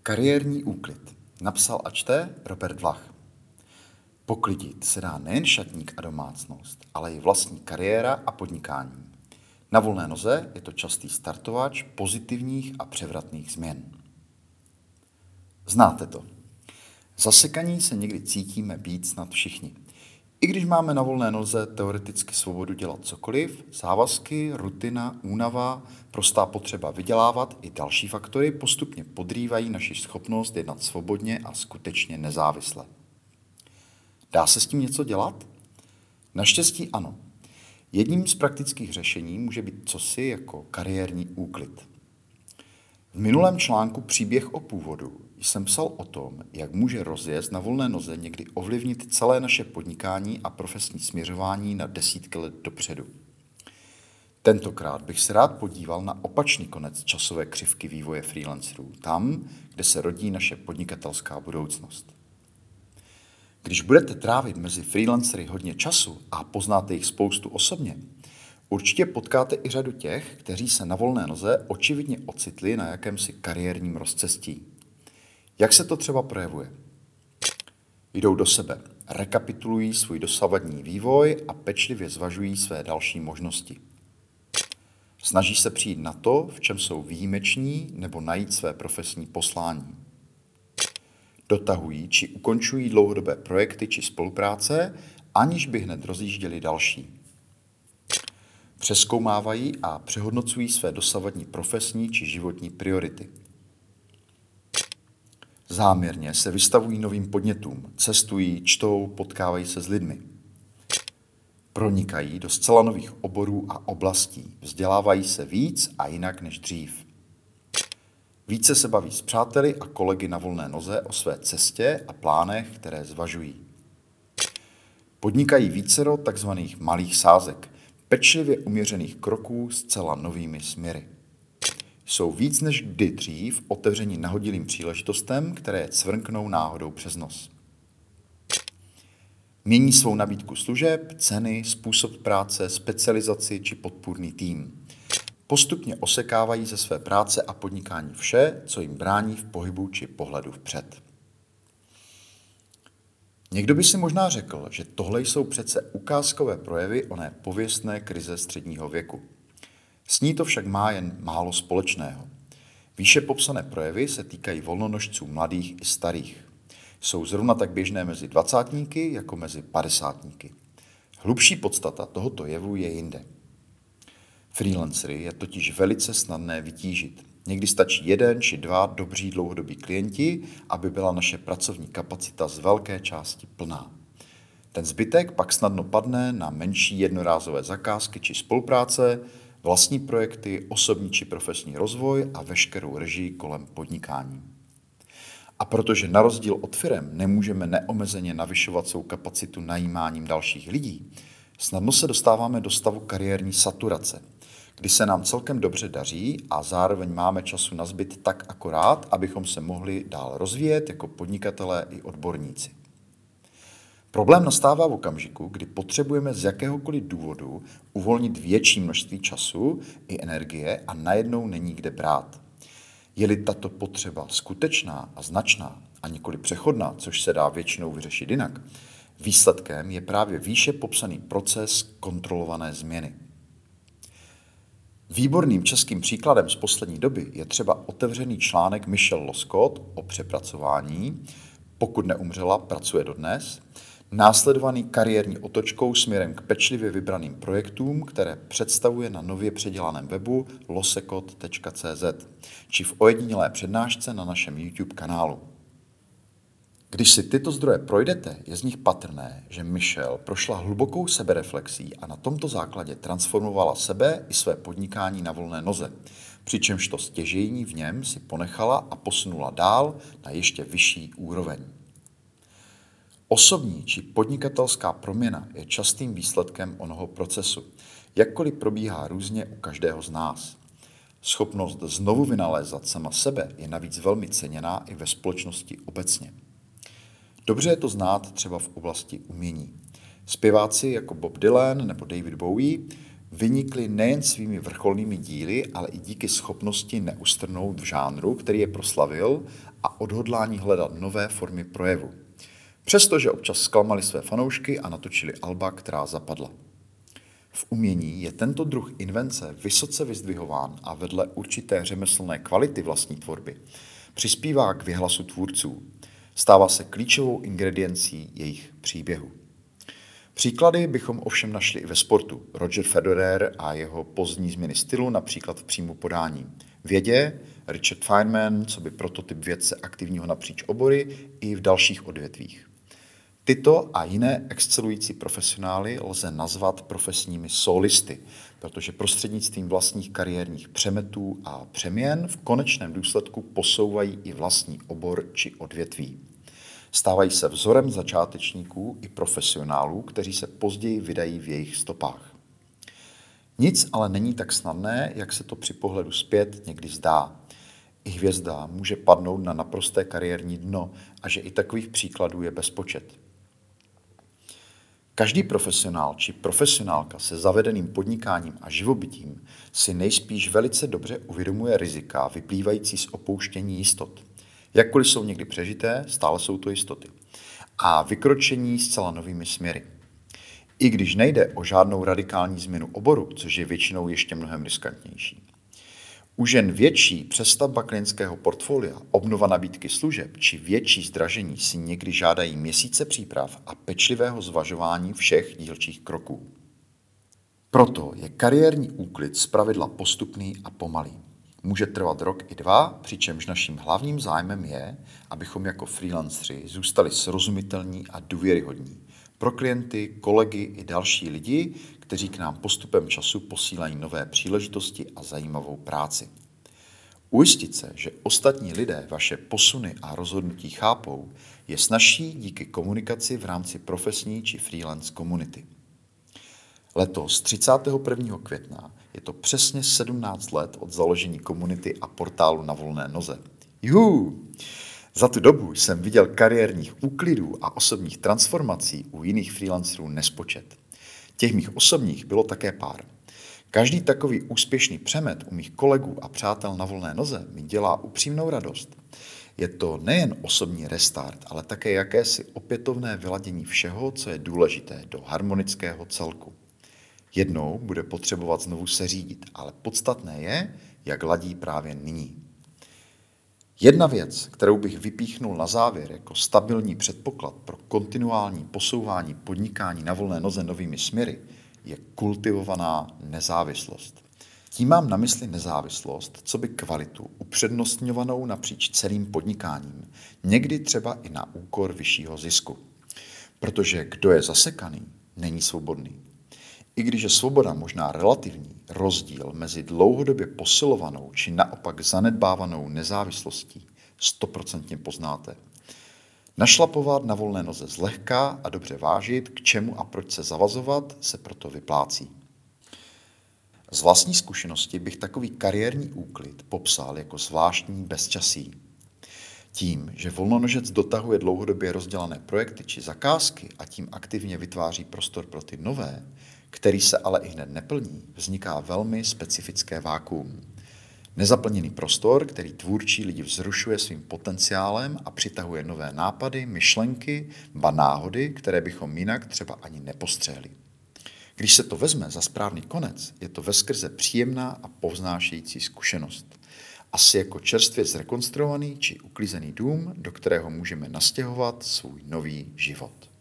Kariérní úklid. Napsal a čte Robert Vlach. Poklidit se dá nejen šatník a domácnost, ale i vlastní kariéra a podnikání. Na volné noze je to častý startovač pozitivních a převratných změn. Znáte to. Zasekaní se někdy cítíme být snad všichni. I když máme na volné noze teoreticky svobodu dělat cokoliv, závazky, rutina, únava, prostá potřeba vydělávat i další faktory postupně podrývají naši schopnost jednat svobodně a skutečně nezávisle. Dá se s tím něco dělat? Naštěstí ano. Jedním z praktických řešení může být cosi jako kariérní úklid. V minulém článku Příběh o původu jsem psal o tom, jak může rozjezd na volné noze někdy ovlivnit celé naše podnikání a profesní směřování na desítky let dopředu. Tentokrát bych se rád podíval na opačný konec časové křivky vývoje freelancerů, tam, kde se rodí naše podnikatelská budoucnost. Když budete trávit mezi freelancery hodně času a poznáte jich spoustu osobně, určitě potkáte i řadu těch, kteří se na volné noze očividně ocitli na jakémsi kariérním rozcestí. Jak se to třeba projevuje? Jdou do sebe, rekapitulují svůj dosavadní vývoj a pečlivě zvažují své další možnosti. Snaží se přijít na to, v čem jsou výjimeční, nebo najít své profesní poslání. Dotahují či ukončují dlouhodobé projekty či spolupráce, aniž by hned rozjížděli další. Přezkoumávají a přehodnocují své dosavadní profesní či životní priority. Záměrně se vystavují novým podnětům, cestují, čtou, potkávají se s lidmi. Pronikají do zcela nových oborů a oblastí, vzdělávají se víc a jinak než dřív. Více se baví s přáteli a kolegy na volné noze o své cestě a plánech, které zvažují. Podnikají vícero takzvaných malých sázek, pečlivě uměřených kroků s zcela novými směry. Jsou víc než kdy dřív otevření nahodilým příležitostem, které cvrknou náhodou přes nos. Mění svou nabídku služeb, ceny, způsob práce, specializaci či podpůrný tým. Postupně osekávají ze své práce a podnikání vše, co jim brání v pohybu či pohledu vpřed. Někdo by si možná řekl, že tohle jsou přece ukázkové projevy oné pověstné krize středního věku. S ní to však má jen málo společného. Výše popsané projevy se týkají volnonožců mladých i starých. Jsou zrovna tak běžné mezi dvacátníky jako mezi padesátníky. Hlubší podstata tohoto jevu je jinde. Freelancery je totiž velice snadné vytížit. Někdy stačí 1 či 2 dobří dlouhodobí klienti, aby byla naše pracovní kapacita z velké části plná. Ten zbytek pak snadno padne na menší jednorázové zakázky či spolupráce, vlastní projekty, osobní či profesní rozvoj a veškerou režii kolem podnikání. A protože na rozdíl od firem nemůžeme neomezeně navyšovat svou kapacitu najímáním dalších lidí, snadno se dostáváme do stavu kariérní saturace, kdy se nám celkem dobře daří a zároveň máme času nazbyt tak akorát, abychom se mohli dál rozvíjet jako podnikatelé i odborníci. Problém nastává v okamžiku, kdy potřebujeme z jakéhokoliv důvodu uvolnit větší množství času i energie a najednou není kde brát. Je-li tato potřeba skutečná a značná a nikoli přechodná, což se dá většinou vyřešit jinak, výsledkem je právě výše popsaný proces kontrolované změny. Výborným českým příkladem z poslední doby je třeba otevřený článek Michelle Loscott o přepracování, pokud neumřela, pracuje dodnes, následovaný kariérní otočkou směrem k pečlivě vybraným projektům, které představuje na nově předělaném webu losecott.cz či v ojedinělé přednášce na našem YouTube kanálu. Když si tyto zdroje projdete, je z nich patrné, že Michelle prošla hlubokou sebereflexí a na tomto základě transformovala sebe i své podnikání na volné noze, přičemž to stěžejní v něm si ponechala a posunula dál na ještě vyšší úroveň. Osobní či podnikatelská proměna je častým výsledkem onoho procesu, jakkoliv probíhá různě u každého z nás. Schopnost znovu vynalézat sama sebe je navíc velmi ceněná i ve společnosti obecně. Dobře je to znát třeba v oblasti umění. Zpěváci jako Bob Dylan nebo David Bowie vynikli nejen svými vrcholnými díly, ale i díky schopnosti neustrnout v žánru, který je proslavil, a odhodlání hledat nové formy projevu. Přestože občas zklamali své fanoušky a natočili alba, která zapadla. V umění je tento druh invence vysoce vyzdvihován a vedle určité řemeslné kvality vlastní tvorby přispívá k vyhlasu tvůrců. Stává se klíčovou ingrediencí jejich příběhu. Příklady bychom ovšem našli i ve sportu. Roger Federer a jeho pozdní změny stylu, například v příjmu podání. Vědě, Richard Feynman, coby prototyp vědce aktivního napříč obory, i v dalších odvětvích. Tyto a jiné excelující profesionály lze nazvat profesními solisty, protože prostřednictvím vlastních kariérních přemetů a přeměn v konečném důsledku posouvají i vlastní obor či odvětví. Stávají se vzorem začátečníků i profesionálů, kteří se později vydají v jejich stopách. Nic ale není tak snadné, jak se to při pohledu zpět někdy zdá. I hvězda může padnout na naprosté kariérní dno a že i takových příkladů je bezpočet. Každý profesionál či profesionálka se zavedeným podnikáním a živobytím si nejspíš velice dobře uvědomuje rizika vyplývající z opouštění jistot. Jakkoliv jsou někdy přežité, stále jsou to jistoty. A vykročení zcela novými směry. I když nejde o žádnou radikální změnu oboru, což je většinou ještě mnohem riskantnější. Už jen větší přestavba klientského portfolia, obnova nabídky služeb či větší zdražení si někdy žádají měsíce příprav a pečlivého zvažování všech dílčích kroků. Proto je kariérní úklid zpravidla postupný a pomalý. Může trvat rok i 2, přičemž naším hlavním zájmem je, abychom jako freelanceri zůstali srozumitelní a důvěryhodní pro klienty, kolegy i další lidi, kteří k nám postupem času posílají nové příležitosti a zajímavou práci. Ujistit se, že ostatní lidé vaše posuny a rozhodnutí chápou, je snazší díky komunikaci v rámci profesní či freelance komunity. Letos 31. května je to přesně 17 let od založení komunity a portálu Na volné noze. Juhu! Za tu dobu jsem viděl kariérních úklidů a osobních transformací u jiných freelancerů nespočet. Těch mých osobních bylo také pár. Každý takový úspěšný přemet u mých kolegů a přátel na volné noze mi dělá upřímnou radost. Je to nejen osobní restart, ale také jakési opětovné vyladění všeho, co je důležité, do harmonického celku. Jednou bude potřebovat znovu se řídit, ale podstatné je, jak ladí právě nyní. Jedna věc, kterou bych vypíchnul na závěr jako stabilní předpoklad pro kontinuální posouvání podnikání na volné noze novými směry, je kultivovaná nezávislost. Tím mám na mysli nezávislost, coby kvalitu upřednostňovanou napříč celým podnikáním, někdy třeba i na úkor vyššího zisku. Protože kdo je zasekaný, není svobodný. I když je svoboda možná relativní, rozdíl mezi dlouhodobě posilovanou či naopak zanedbávanou nezávislostí 100% poznáte. Našlapovat na volné noze zlehka a dobře vážit, k čemu a proč se zavazovat, se proto vyplácí. Z vlastní zkušenosti bych takový kariérní úklid popsal jako zvláštní bezčasí. Tím, že volnonožec dotahuje dlouhodobě rozdělané projekty či zakázky a tím aktivně vytváří prostor pro ty nové, který se ale i hned neplní, vzniká velmi specifické vákuum. Nezaplněný prostor, který tvůrčí lidi vzrušuje svým potenciálem a přitahuje nové nápady, myšlenky, ba náhody, které bychom jinak třeba ani nepostřehli. Když se to vezme za správný konec, je to veskrze příjemná a povznášející zkušenost. Asi jako čerstvě zrekonstruovaný či uklízený dům, do kterého můžeme nastěhovat svůj nový život.